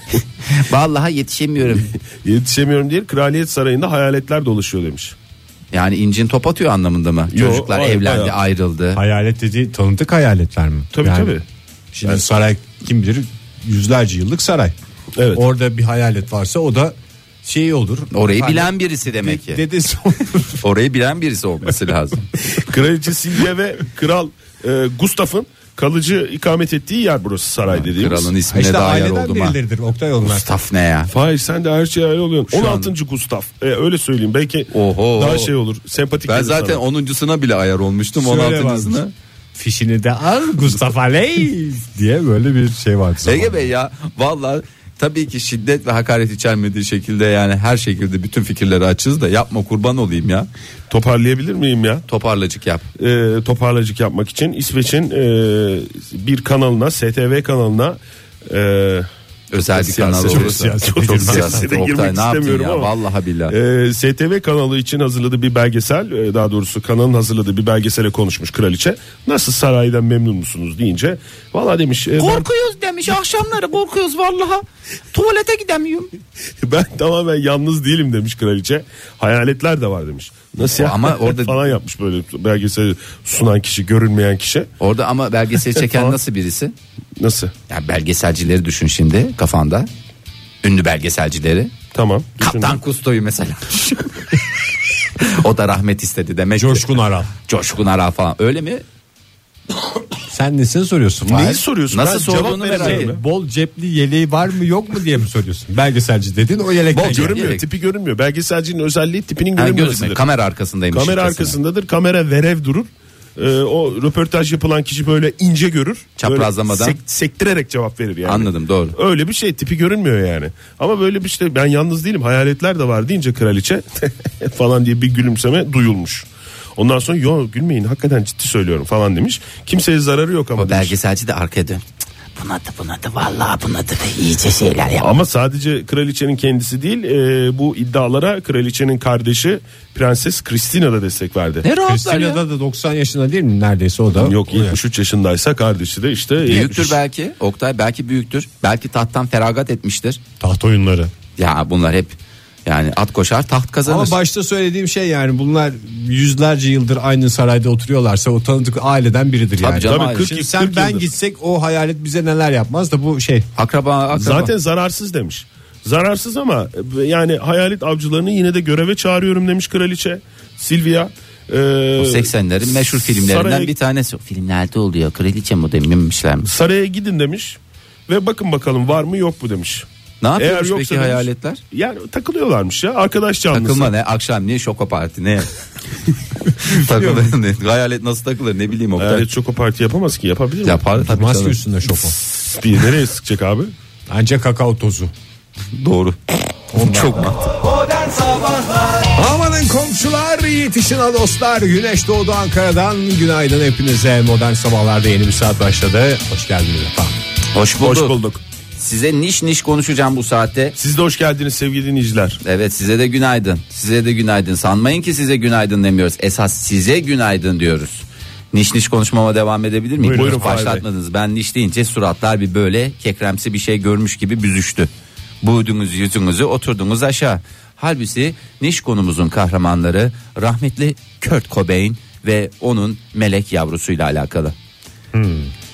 Vallahi yetişemiyorum. yetişemiyorum değil, kraliyet sarayında hayaletler dolaşıyor demiş. Yani incin top atıyor anlamında mı? Yo, Çocuklar hayır, evlendi, bayağı. ayrıldı. Hayalet dediği tanıdık hayaletler mi? Tabii tabii. Şimdi saray kim bilir yüzlerce yıllık saray. Evet. Orada bir hayalet varsa o da şey olur. Orayı Hani bilen birisi demek ki. dedesi olur. Orayı bilen birisi olması lazım. Kraliçe Silvia ve kral e, Gustaf'ın kalıcı ikamet ettiği yer burası, saray dediğimiz. Kralın ismine işte daha yer aileden oldum ha. birileridir Oktay onlar. Mustafa ne ya? Fahir sen de her şeye hayal oluyorsun. Şu on altıncı Gustav. E, öyle söyleyeyim. Belki Oho. daha şey olur. Sempatik Ben gelir zaten sana. onuncusuna bile ayar olmuştum. Şöyle on altıncısına. varmış. Fişini de al Mustafa Ley diye böyle bir şey vardı. Ege zamanında. Bey ya vallahi tabii ki şiddet ve hakaret içermediği şekilde, yani her şekilde bütün fikirleri açığız da yapma kurban olayım ya. Toparlayabilir miyim ya? Toparlacık yap. E, toparlacık yapmak için İsveç'in e, bir kanalına, S T V kanalına e, Özel bir Siyaset, kanal çok olursa. siyaset, Çok, çok siyaset. siyasete Oktay girmek ne yaptın istemiyorum ya? ama. Vallahi billahi. e, S T V kanalı için hazırladığı bir belgesel, e, daha doğrusu kanalın hazırladığı bir belgesele konuşmuş kraliçe. Nasıl, saraydan memnun musunuz deyince valla demiş e, ben, Korkuyoruz demiş, akşamları korkuyoruz vallahi. Tuvalete gidemiyorum. ben tamamen yalnız değilim demiş kraliçe. Hayaletler de var demiş. Nasıl ya? Ama orada- falan yapmış böyle belgeseli sunan kişi, görünmeyen kişi. Orada ama belgeseli çeken Falan. nasıl birisi? Nasıl? Yani belgeselcileri düşün şimdi kafanda. Ünlü belgeselcileri. Tamam. düşündüm. Kaptan Kusto'yu mesela. O da rahmet istedi demek ki. Coşkun Aral. Coşkun Aral falan. Öyle mi? Sen nesini soruyorsun? Neyi Fahir? soruyorsun? Nasıl Ben sorduğunu cevap merak veremiyorum ediyorum. ya. Bol cepli yeleği var mı yok mu diye mi soruyorsun? Belgeselci dedin o yelekten Bol gel. cep- Görünmüyor, Gerek. tipi görünmüyor. Belgeselcinin özelliği tipinin Ha, görünmemesidir. gözükmüyor. Kamera arkasındaymış. Kamera şifresine. arkasındadır. Kamera verev durur. Ee, o röportaj yapılan kişi böyle ince görür. Çaprazlamadan. Böyle sek- sektirerek cevap verir yani. Anladım, doğru. Öyle bir şey, tipi görünmüyor yani. Ama böyle bir şey, ben yalnız değilim, hayaletler de var deyince kraliçe falan diye bir gülümseme duyulmuş. Ondan sonra yo gülmeyin hakikaten ciddi söylüyorum falan demiş. Kimseye zararı yok ama O demiş. belgeselci de arkaya dön. Bunadı bunadı vallahi bunadı da iyice şeyler yap. Ama sadece kraliçenin kendisi değil, e, bu iddialara kraliçenin kardeşi Prenses Christina da destek verdi. Ne rahatlar Christina ya. da doksan yaşında değil mi neredeyse o da? Yok yetmiş üç yaşındaysa kardeşi de işte Büyüktür yetmiş. belki. Oktay belki büyüktür. Belki tahttan feragat etmiştir. Taht oyunları. Ya bunlar hep yani at koşar taht kazanır. Ama başta söylediğim şey yani bunlar yüzlerce yıldır aynı sarayda oturuyorlarsa o tanıdık aileden biridir Tabii yani. canım, Tabii aile. kırk, Şimdi kırk sen ben yıldır. gitsek o hayalet bize neler yapmaz da bu şey. Akraba, akraba. Zaten zararsız demiş. Zararsız ama yani hayalet avcılarını yine de göreve çağırıyorum demiş kraliçe Silvia. Ee, O seksenlerin meşhur filmlerinden saraya- bir tanesi. O filmlerde oluyor. Kraliçe mi demişler mi? Saraya gidin demiş ve bakın bakalım var mı yok mu demiş. Ne yapıyormuş yoksa peki demiş, hayaletler? Yani takılıyorlarmış ya, arkadaş canlısı. Takılma ne? Akşam niye şoko parti ne? Takılır ne? Hayalet nasıl takılır ne bileyim Oktay. Hayalet şoko parti yapamaz ki, yapabilir mi? Yapar tabii Maske canım. üstünde şopo. Bir nereye sıkacak abi? Ancak kakao tozu. Doğru. Çok mantıklı. Modern Sabahlar Amanın komşular yetişin ha dostlar. Güneş doğdu Ankara'dan. Günaydın hepinize. Modern sabahlarda yeni bir saat başladı. Hoş geldiniz efendim. Hoş bulduk. Hoş bulduk. Size niş niş konuşacağım bu saatte. Siz de hoş geldiniz sevgili dinleyiciler. Evet size de günaydın. Size de günaydın. Sanmayın ki size günaydın demiyoruz. Esas size günaydın diyoruz. Niş niş konuşmama devam edebilir miyim? Buyurun, Hiç Fahir Bey. başlatmadınız. Ben niş deyince suratlar bir böyle kekremsi bir şey görmüş gibi büzüştü. Buğdunuz yüzünüzü oturdunuz aşağı. Halbuki niş konumuzun kahramanları rahmetli Kurt Cobain ve onun melek yavrusuyla alakalı. Hmm.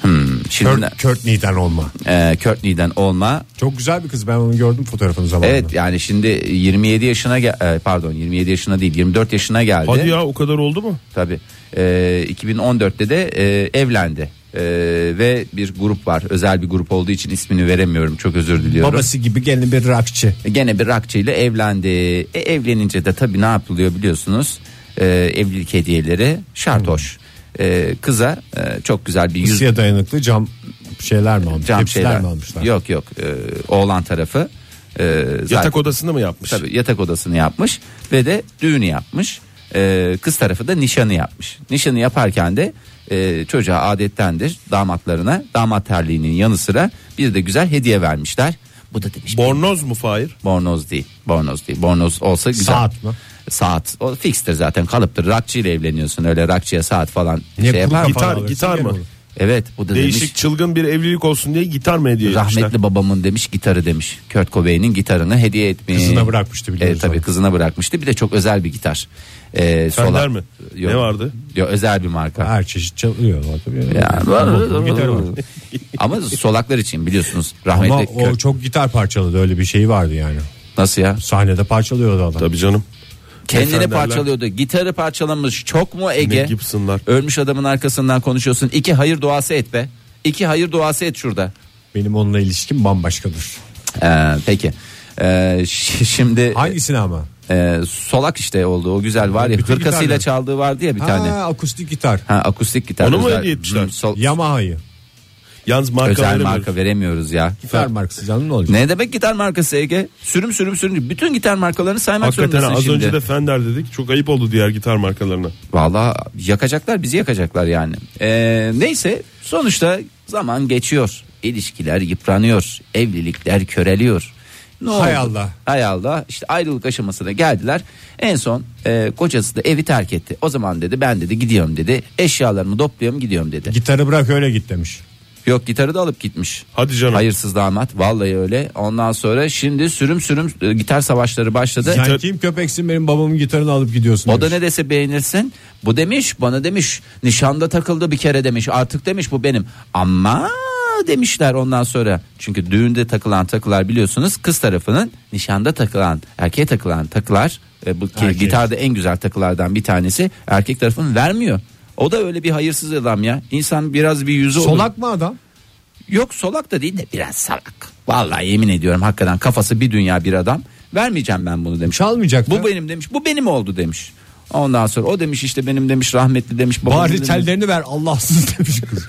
Şimdi Kurt, Courtney'den olma. e, Courtney'den olma. Çok güzel bir kız, ben onu gördüm fotoğrafını zamanında. Evet yani şimdi yirmi yedi yaşına gel- e, pardon yirmi yedi yaşına değil yirmi dört yaşına geldi. Hadi ya, o kadar oldu mu? Tabii. E, iki bin on dörtte de e, evlendi. E, ve bir grup var. Özel bir grup olduğu için ismini veremiyorum. Çok özür diliyorum. Babası gibi gene bir rockçı. Gene bir rockçıyla evlendi. E, evlenince de tabii ne yapılıyor biliyorsunuz? E, evlilik hediyeleri şartoş. E, kıza e, çok güzel bir yüz Isıya dayanıklı cam şeyler mi almış? cam Tepsiler şeyler mi almışlar? Yok yok. E, oğlan tarafı. E, zaten, Yatak odasında mı yapmış? tabii yatak odasını yapmış ve de düğünü yapmış. E, kız tarafı da nişanı yapmış. Nişanı yaparken de e, çocuğa adettendir damatlarına damat terliğinin yanı sıra bir de güzel hediye vermişler. Bu da demiş Bornoz mu Fahir? bornoz değil. Bornoz değil. Bornoz olsa güzel. Saat mı? Saat. O fikstir zaten, kalıptır. Rockçı ile evleniyorsun, öyle rockçıya saat falan Niye şey kuru yapar mı? kafalı Gitar, alırsın, gitar gene mı? olur. Evet, bu da Değişik demiş. çılgın bir evlilik olsun diye gitar mı hediye etmişler? Rahmetli babamın demiş gitarı demiş. Kurt Cobain'in gitarını hediye etmiş. Kızına bırakmıştı biliyoruz Evet tabii onu. kızına bırakmıştı. Bir de çok özel bir gitar. Ee, Fender mi? Yok. Ne vardı? Yok, özel bir marka. Her çeşit çalıyor tabii. Yani, Ama gitar var. ama solaklar için biliyorsunuz Ama rahmetli o Kurt- çok gitar parçaladı, öyle bir şey vardı yani. nasıl ya? Sahnede parçalıyordu adam. Tabii canım. Kendini Fenderler. parçalıyordu. Gitarı parçalamış. Çok mu Ege? Ne Gibson'lar. Ölmüş adamın arkasından konuşuyorsun. İki hayır duası et be. İki hayır duası et şurada. Benim onunla ilişkim bambaşkadır. Ee, peki. Ee, ş- şimdi Hangisini ama? e, solak işte oldu. O güzel var ya, Bütün hırkasıyla gitarlar. çaldığı vardı ya bir Ha, tane. akustik gitar. Ha, akustik gitar. Onu mu özel- hediye etmişler? Hı, sol- Yamaha'yı. Yalnız marka özel veremiyoruz. marka veremiyoruz ya. Gitar markası canım, ne olacak? Ne demek gitar markası Ege? Sürüm sürüm sürüm. Bütün gitar markalarını saymak Hakikaten zorundasın az şimdi. önce de Fender dedik. Çok ayıp oldu diğer gitar markalarına. Vallahi yakacaklar, bizi yakacaklar yani. Ee, neyse, sonuçta zaman geçiyor. İlişkiler yıpranıyor. Evlilikler köreliyor. Ne Hay oldu? Allah. Hay Allah. İşte ayrılık aşamasına geldiler. En son e, kocası da evi terk etti. O zaman dedi ben dedi gidiyorum dedi. Eşyalarımı topluyorum gidiyorum dedi. Gitarı bırak öyle git demiş. Yok, gitarı da alıp gitmiş. Hadi canım. Hayırsız damat, vallahi öyle. Ondan sonra şimdi sürüm sürüm e, gitar savaşları başladı. Sen kim köpeksin, benim babamın gitarını alıp gidiyorsun O da demiş. ne dese beğenirsin. Bu demiş, bana demiş nişanda takıldı bir kere demiş, artık demiş bu benim. Ama demişler ondan sonra. Çünkü düğünde takılan takılar biliyorsunuz kız tarafının, nişanda takılan erkeğe takılan takılar e, bu ki Erkek. gitarda en güzel takılardan bir tanesi, erkek tarafının vermiyor. O da öyle bir hayırsız adam ya. İnsan biraz bir yüzü olur. Solak mı adam? Yok, solak da değil de biraz salak. Vallahi yemin ediyorum, hakikaten kafası bir dünya bir adam. Vermeyeceğim ben bunu demiş. Çalmayacak Bu da. benim demiş. Bu benim oldu demiş. Ondan sonra o demiş işte benim demiş rahmetli demiş. babam Bari demiş. tellerini ver Allahsız demiş kız.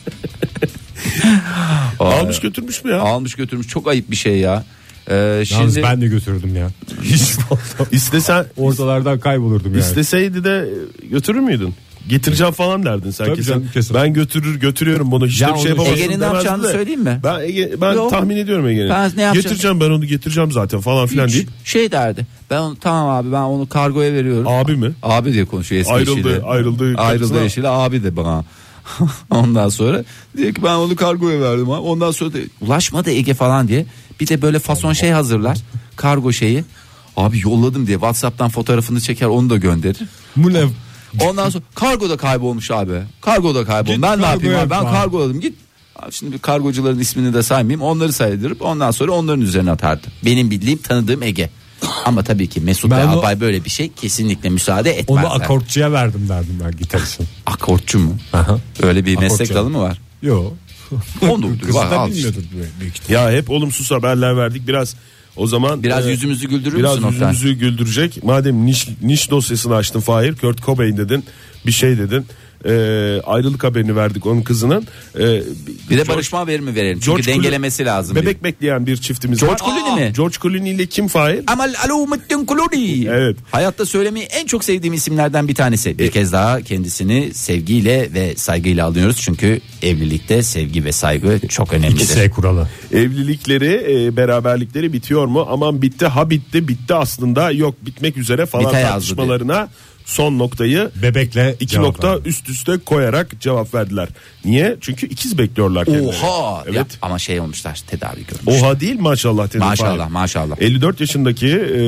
Almış götürmüş mü ya? Almış götürmüş, çok ayıp bir şey ya. Ee, Yalnız şimdi ben de götürdüm ya. Hiç vallahi İstesen, ortalardan kaybolurdum yani. isteseydi de götürür müydün? Getireceğim falan derdin sen Tabii kesin. canım, kesin. Ben götürür götürüyorum bunu, hiç Ya de bir şey onu- yapamazsın Ege'nin ne demezdi yapacağını de. söyleyeyim mi? Ben Ege, ben Yok. tahmin ediyorum Ege'nin. Ben ne yapacağım? Getireceğim, ben onu getireceğim zaten falan filan hiç deyip. şey derdi. Ben onu, tamam abi ben onu kargoya veriyorum. Abi mi? Abi diye konuşuyor eski Ayrıldı- eşiyle. ayrıldı Ayrıldı karısına. eşiyle abi de bana. Ondan sonra diyor ki ben onu kargoya verdim abi. Ondan sonra da ulaşmadı Ege falan diye. Bir de böyle fason şey hazırlar. Kargo şeyi. Abi yolladım diye WhatsApp'tan fotoğrafını çeker, onu da gönderir. Bu ne? Ondan sonra kargo da kaybolmuş abi. Kargo da kaybolmuş. Git Ben ne yapayım kargoya abi? Ben falan. kargoladım. Git. Abi şimdi bir kargocuların ismini de saymayayım. Onları saydırıp ondan sonra onların üzerine atardı. Benim bildiğim, tanıdığım Ege. Ama tabii ki Mesut Ben ve o- Albay böyle bir şey kesinlikle müsaade etmezler. Onu akortçuya verdim derdim ben, gitarısın. Akortçu mu? Aha. Öyle bir meslek Akortçu. dalı mı var? Yo. Onu da uydur. Kızı Var, da al işte. bilmiyordur büyük ihtimalle. Ya hep olumsuz haberler verdik biraz. O zaman Biraz e, yüzümüzü güldürür biraz müsün Oktay? yüzümüzü güldürecek. Madem niş, niş dosyasını açtın Fahir, Kurt Cobain dedin, bir şey dedin. E, ayrılık haberini verdik onun kızının. E, Bir de barışma haberi mi verelim? Çünkü George dengelemesi lazım. Bebek bekleyen bir çiftimiz George var. Clooney mi? George Clooney ile kim Fahir? Amal Alumettin Clooney. Evet. Hayatta söylemeyi en çok sevdiğim isimlerden bir tanesi. Bir E- kez daha kendisini sevgiyle ve saygıyla alıyoruz. Çünkü evlilikte sevgi ve saygı çok önemlidir. S kuralı. Evlilikleri, e, beraberlikleri bitiyor mu? Aman bitti, ha bitti, bitti aslında, yok bitmek üzere falan Bite yazdı tartışmalarına son noktayı Bebekle iki cevap nokta verdi. üst üste koyarak cevap verdiler. Niye? Çünkü ikiz bekliyorlar kendileri. Oha. Evet. Ya, ama şey olmuşlar, tedavi görmüş. Oha değil maşallah. Dedi Maşallah, Fahir. maşallah. elli dört yaşındaki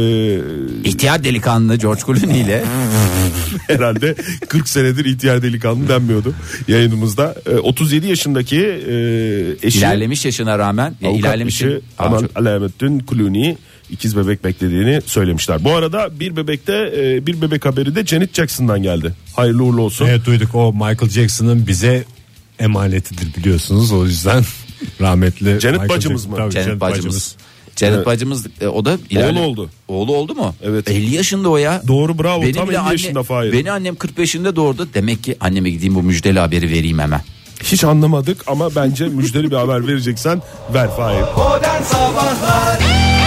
e, İhtiyar delikanlı George Clooney ile herhalde kırk senedir ihtiyar delikanlı denmiyordu yayınımızda. E, otuz yedi yaşındaki e, eşi ilerlemiş yaşına rağmen ya avukat ilerlemiş eşi Aman Alamettin Clooney ikiz bebek beklediğini söylemişler. Bu arada bir bebekte e, bir bebek haberi de Janet Jackson'dan geldi. Hayırlı uğurlu olsun. Evet, duyduk, o Michael Jackson'ın bize emanetidir biliyorsunuz, o yüzden rahmetli Janet Michael bacımız Jackson, mı? tabii, Janet bacımız. Janet Evet. bacımız e, o da ilerle- Oğlu oldu. Oğlu oldu mu? Evet. elli yaşında o ya. Doğru, bravo. Benim Tam bile elli anne- yaşında Fahir. Beni annem kırk beşinde doğurdu. Demek ki anneme gideyim bu müjdeli haberi vereyim hemen. Hiç anlamadık ama bence müjdeli bir haber vereceksen ver Fahir. Modern Sabahlar.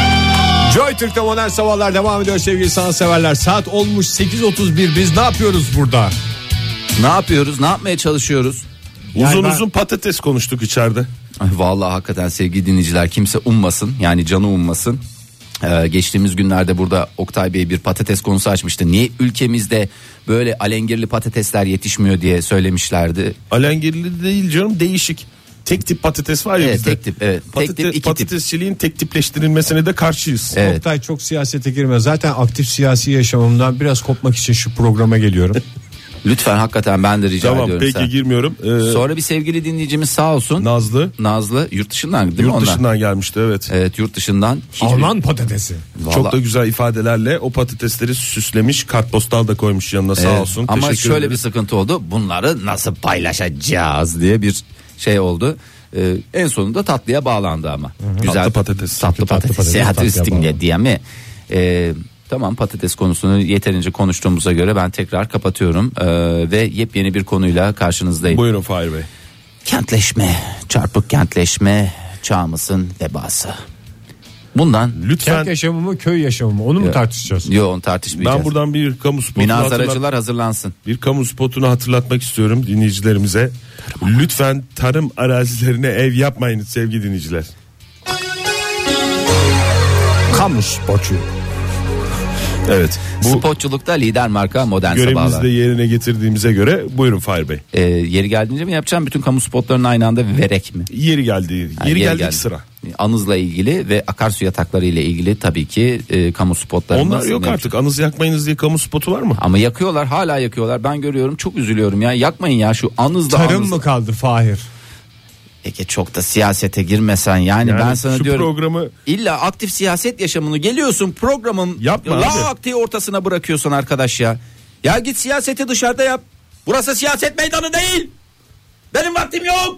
Joy Türk'te modern sabahlar devam ediyor sevgili sanatseverler. Saat olmuş sekiz otuz bir, biz ne yapıyoruz burada? Ne yapıyoruz? Ne yapmaya çalışıyoruz? Yani uzun ben- uzun patates konuştuk içeride. Ay, vallahi hakikaten sevgili dinleyiciler, kimse ummasın, yani canı ummasın. Ee, geçtiğimiz günlerde burada Oktay Bey bir patates konusu açmıştı. Niye ülkemizde böyle alengirli patatesler yetişmiyor diye söylemişlerdi. Alengirli değil canım, değişik. Tek tip patates var ya Evet, bizde. tek tip, evet. Tek Patate- tip, iki tip. patatesçiliğin tek tipleştirilmesine de karşıyız. Evet. Oktay çok siyasete girme. Zaten aktif siyasi yaşamımdan biraz kopmak için şu programa geliyorum. Lütfen, hakikaten ben de rica Tamam, ediyorum. peki sen. girmiyorum. Ee, Sonra bir sevgili dinleyicimiz sağ olsun. Nazlı Nazlı yurt dışından değil mi yurt onlar? dışından gelmişti, evet. Evet, yurt dışından. Hiçbir- Alman patatesi. Vallahi- Çok da güzel ifadelerle o patatesleri süslemiş, kartpostal da koymuş yanına, sağ Evet, olsun. ama Teşekkür şöyle ederim. bir sıkıntı oldu. Bunları nasıl paylaşacağız diye bir şey oldu. Ee, en sonunda tatlıya bağlandı ama. Güzel Tatlı patates. Tatlı Tatlı patates. patates, Seyahat tatlıya üstünde bağlandı. diye mi? Ee, tamam, patates konusunu yeterince konuştuğumuza göre ben tekrar kapatıyorum. Ee, ve yepyeni bir konuyla karşınızdayım. Buyurun Fahir Bey. Kentleşme, çarpık kentleşme çağımızın vebası. Bundan Lütfen Kent yaşamı mı, köy yaşamı mı, onu mu tartışacağız? yoğun tartışmayacağız. ben buradan bir kamu spotunu hatırlat- Münazaracılar hazırlansın. bir kamu spotunu hatırlatmak istiyorum dinleyicilerimize. Lütfen tarım arazilerine ev yapmayın sevgili dinleyiciler. Kamu spotu. Evet. Bu Spotçulukta lider marka Modern görevimizi Sabahlar. de yerine getirdiğimize göre buyurun Fahir Bey. Ee, yeri geldiğince mi yapacağım bütün kamu spotlarını aynı anda vererek mi? Yeri geldi. Yeri, Ha, yeri geldi geldi. sıra. Anızla ilgili ve akarsu yatakları ile ilgili tabii ki e, kamu spotlarımız. Onlar yok artık. Anız yakmayınız diye kamu spotu var mı? Ama yakıyorlar, hala yakıyorlar. Ben görüyorum, çok üzülüyorum ya. Yakmayın ya şu anızla Tarım anızla. mı kaldı Fahir? Ege, çok da siyasete girmesen yani, Yani ben sana şu diyorum. programı İlla aktif siyaset yaşamını geliyorsun programın Yapma abi. lak diye ortasına bırakıyorsun arkadaş ya. Ya git siyaseti dışarıda yap. Burası siyaset meydanı değil. Benim vaktim yok.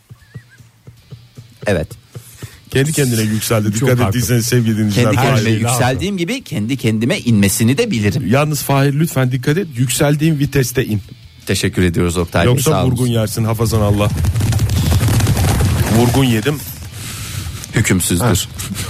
Evet. kendi kendine yükseldi. Çok Dikkat haklı. ettiyseniz sevgili dinleyiciler. Kendi her kendime şeyle yükseldiğim gibi kendi kendime inmesini de bilirim. Yalnız Fahir lütfen dikkat et. Yükseldiğin viteste in. Teşekkür ediyoruz Oktay Bey. Yoksa Sağ olun. vurgun yersin hafazan Allah. Vurgun yedim. Hükümsüzdür.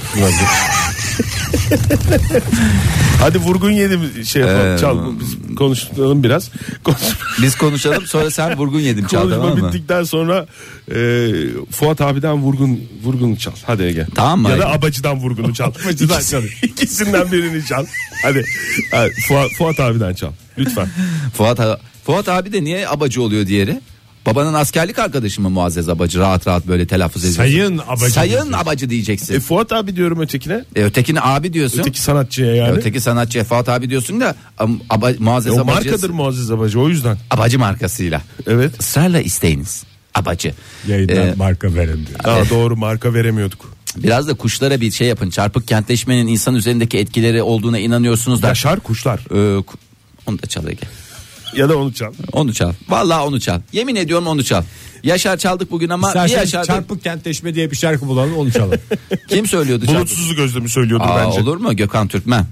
Hadi vurgun yedim şey yapalım. Ee, Çal. Biz konuşalım biraz. Konuş, Biz konuşalım, sonra sen vurgun yedim çal, konuşma tamam mı? bittikten sonra e, Fuat abiden vurgun vurgun çal. Hadi Ege. Tamam mı? Ya da abacıdan vurgunu çal. Abacıdan İkisi- çal. İkisinden birini çal. Hadi. Hadi Fuat, Fuat abiden çal. Lütfen. Fuat, Fuat abi de niye abacı oluyor diğeri? Babanın askerlik arkadaşı mı Muazzez Abacı? Rahat rahat böyle telaffuz ediyorsun. Sayın Abacı Sayın diyeceksin. Abacı diyeceksin. E, Fuat abi diyorum ötekine. E, ötekini abi diyorsun. Öteki sanatçıya yani. Öteki sanatçıya Fuat abi diyorsun da am- aba, Muazzez E, o Abacı markadır Muazzez Abacı o yüzden. Abacı markasıyla. Evet. Israrla isteyiniz. Abacı. Yayından Ee, marka verin diyor. Daha doğru marka veremiyorduk. Biraz da kuşlara bir şey yapın. Çarpık kentleşmenin insan üzerindeki etkileri olduğuna inanıyorsunuz da. Yaşar kuşlar. Ee, ku- onu da çal Ege. Ya da onu çal. Onu çal. Vallahi onu çal. Yemin ediyorum onu çal. Yaşar çaldık bugün ama bir İsterseniz Yaşar'da çarpık kentleşme diye bir şarkı bulalım, onu çalalım. kim söylüyordu çarpık? Bulutsuzlu gözlemi söylüyordur Aa, bence. olur mu? Gökhan Türkmen.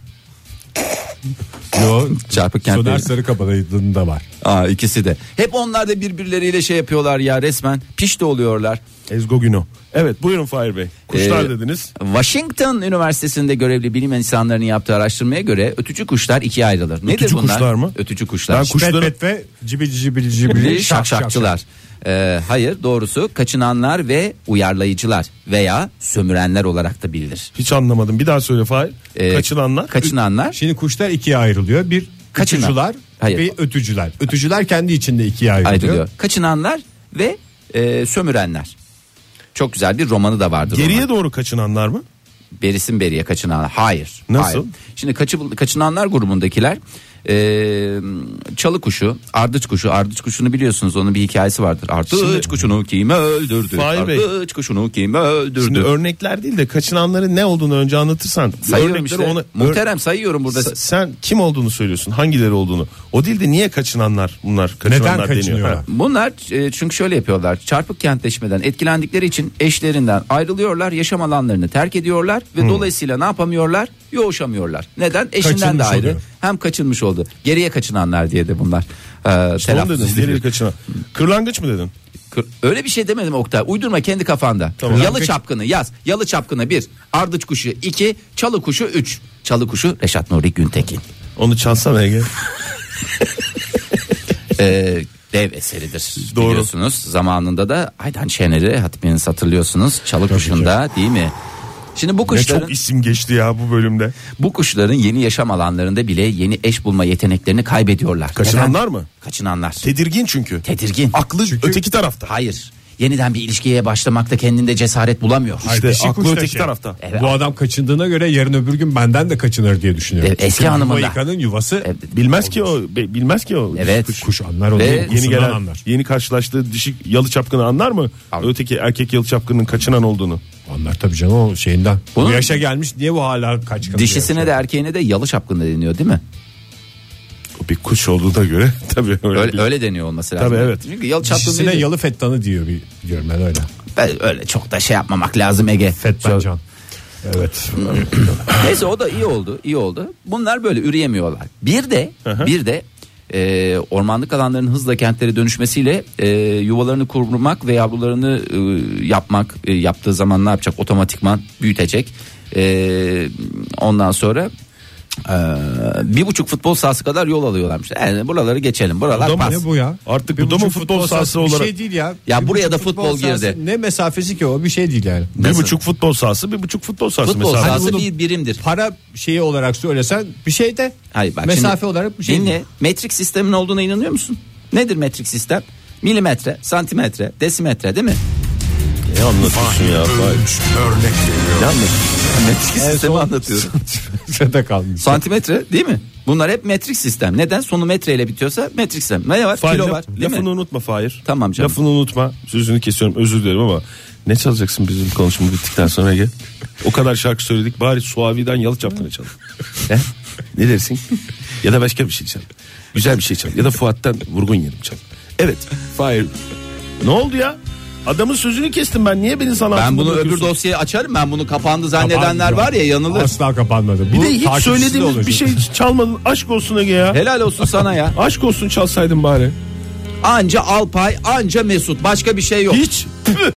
Yo, Çarpık Soner kentleşme. Sarıkabadayı'nın da var. Aa, ikisi de. Hep onlar da birbirleriyle şey yapıyorlar ya, resmen pişti oluyorlar. Ezgo Güno. Evet buyurun Fahir Bey. Kuşlar Ee, dediniz. Washington Üniversitesi'nde görevli bilim insanlarının yaptığı araştırmaya göre ötücü kuşlar ikiye ayrılır. Nedir Ötücü bunlar? kuşlar mı? Ötücü kuşlar. Ben kuş- Kuşları- Pet pet ve cibili cibili cibili şak şak şak. Şakşakçılar. Ee, hayır, doğrusu kaçınanlar ve uyarlayıcılar veya sömürenler olarak da bilinir. Hiç anlamadım. Bir daha söyle Fahir. Ee, Kaçınanlar. Kaçınanlar. Şimdi kuşlar ikiye ayrılıyor. Bir Kaçıcılar Hayır. ve ötücüler. Ötücüler kendi içinde ikiye ayrılıyor. ayrılıyor. Kaçınanlar ve e, sömürenler. Çok güzel bir romanı da vardır. Geriye roman. doğru kaçınanlar mı? Berisin beriye kaçınanlar. Hayır. Nasıl? Hayır. Şimdi kaçı, kaçınanlar grubundakiler e, çalı kuşu, ardıç kuşu. Ardıç kuşunu biliyorsunuz, onun bir hikayesi vardır. Ardıç Şimdi- kuşunu kim öldürdü? Fahir Bey. Ardıç kuşunu kim öldürdü? Şimdi örnekler değil de kaçınanların ne olduğunu önce anlatırsan. Sayıyorum örnekleri işte. ona- Muhterem sayıyorum burada. Sa- Sen kim olduğunu söylüyorsun, hangileri olduğunu. O değil de niye kaçınanlar bunlar? Kaçınanlar Neden kaçınıyorlar? deniyor. Ha. Bunlar e, çünkü şöyle yapıyorlar. Çarpık kentleşmeden etkilendikleri için eşlerinden ayrılıyorlar, yaşam alanlarını terk ediyorlar ve dolayısıyla ne yapamıyorlar? Yoğuşamıyorlar. Neden? Eşinden Kaçınmış de ayrı. oluyor. Hem kaçınmış oldu. Geriye kaçınanlar diye de bunlar. Ee, İşte onu telaffuz dedin, ediliyor. geriye kaçınan. Kırlangıç mı dedin? Kır- Öyle bir şey demedim Oktay. Uydurma kendi kafanda. Tamam. Yalı çapkını yaz. Yalı çapkını bir. Ardıç kuşu iki. Çalı kuşu üç. Çalı kuşu Reşat Nuri Güntekin. Onu çalsana Ege. Ee, dev eseridir. Doğru. Biliyorsunuz. Zamanında da Aydan Şener'i hepiniz hatırlıyorsunuz. Çalı kuşunda değil mi? Şimdi bu Ne kuşların çok isim geçti ya bu bölümde. bu kuşların yeni yaşam alanlarında bile yeni eş bulma yeteneklerini kaybediyorlar. Kaçınanlar Neden? mı? Kaçınanlar. Tedirgin çünkü. Tedirgin. Aklı öteki tarafta. Hayır. Yeniden bir ilişkiye başlamakta kendinde cesaret bulamıyor. İşte dişi aklı kuş da öteki şey. tarafta. Evet. Bu adam kaçındığına göre yarın öbür gün benden de kaçınır diye düşünüyorum. Evet, eski Çünkü hanımında. Moika'nın yuvası Evet. Bilmez ki o, be- bilmez ki o. Evet. kuş, kuş anlar onu. Ve Yeni Yeni gelen, anlar. yeni karşılaştığı dişi yalı çapkını anlar mı? Abi. Öteki erkek yalı çapkının kaçınan olduğunu. Anlar tabii canım o şeyinden. Bunun- Bu yaşa gelmiş diye bu hala kaçkın. Dişisine de erkeğine de yalı çapkını deniyor değil mi? O bir kuş olduğuna göre tabii öyle. Öyle, bir- öyle deniyor olması lazım. Tabii, evet. Çünkü yalı çapkını Dişisine değil. yalı fettanı diyor bir diyorum ben öyle. Ben öyle çok da şey yapmamak lazım Ege. Fettan can. Evet. Neyse o da iyi oldu, iyi oldu. Bunlar böyle üreyemiyorlar. Bir de hı. bir de e, ormanlık alanların hızla kentlere dönüşmesiyle e, yuvalarını kurmak ve yavrularını e, yapmak e, yaptığı zaman ne yapacak? Otomatikman büyütecek. E, ondan sonra e, bir buçuk futbol sahası kadar yol alıyorlarmış. Yani buraları geçelim. Buralar Bu da mı? pas. Ne bu ya? Artık Bir bu da mı buçuk futbol sahası bir olarak? şey değil ya. Ya Bir buraya buçuk da futbol sahası, girdi. Ne mesafesi ki o bir şey değil yani. Bir Nasıl? buçuk futbol sahası, bir buçuk futbol sahası Futbol mesela. sahası bunu- bir birimdir. Para şeyi olarak söylesen bir şey de Hayır bak mesafe şimdi, olarak bir şey dinle, değil. metrik sistemin olduğuna inanıyor musun? Nedir metrik sistem? Milimetre, santimetre, desimetre değil mi? Ne anlatıyorsun ya? Vay. Öğünç örnek veriyor. Yanlış. Metrik sistemi anlatıyorum. Santimetre kalmış. Santimetre değil mi? Bunlar hep metrik sistem. Neden? Sonu metreyle bitiyorsa metrik sistem. Ne var? Fahir, Kilo laf- var. Değil lafını mi? unutma Fahir. Tamam canım. Lafını unutma. Sözünü kesiyorum, özür dilerim ama ne çalacaksın bizim konuşmamız bittikten sonra Ege? O kadar şarkı söyledik, bari Suavi'den yalı çapkını çal. He? Ne dersin? Ya da başka bir şey çal. Güzel bir şey çal. Ya da Fuat'tan vurgun yerim çal. Evet Fahir. Ne oldu ya? Adamın sözünü kestim ben. Niye beni sana Ben altında bunu öbür bırakıyorsun? dosyayı açarım. Ben bunu kapandı zannedenler Kapandı. var ya, yanılır. Asla kapanmadı. Bir Bu de hiç takipçisi de söylediğimiz olacak. bir şey çalmadın. Aşk olsun Ege ya. Helal olsun sana ya. Aşk olsun çalsaydın bari. Anca Alpay, anca Mesut. Başka bir şey yok. Hiç. Püh.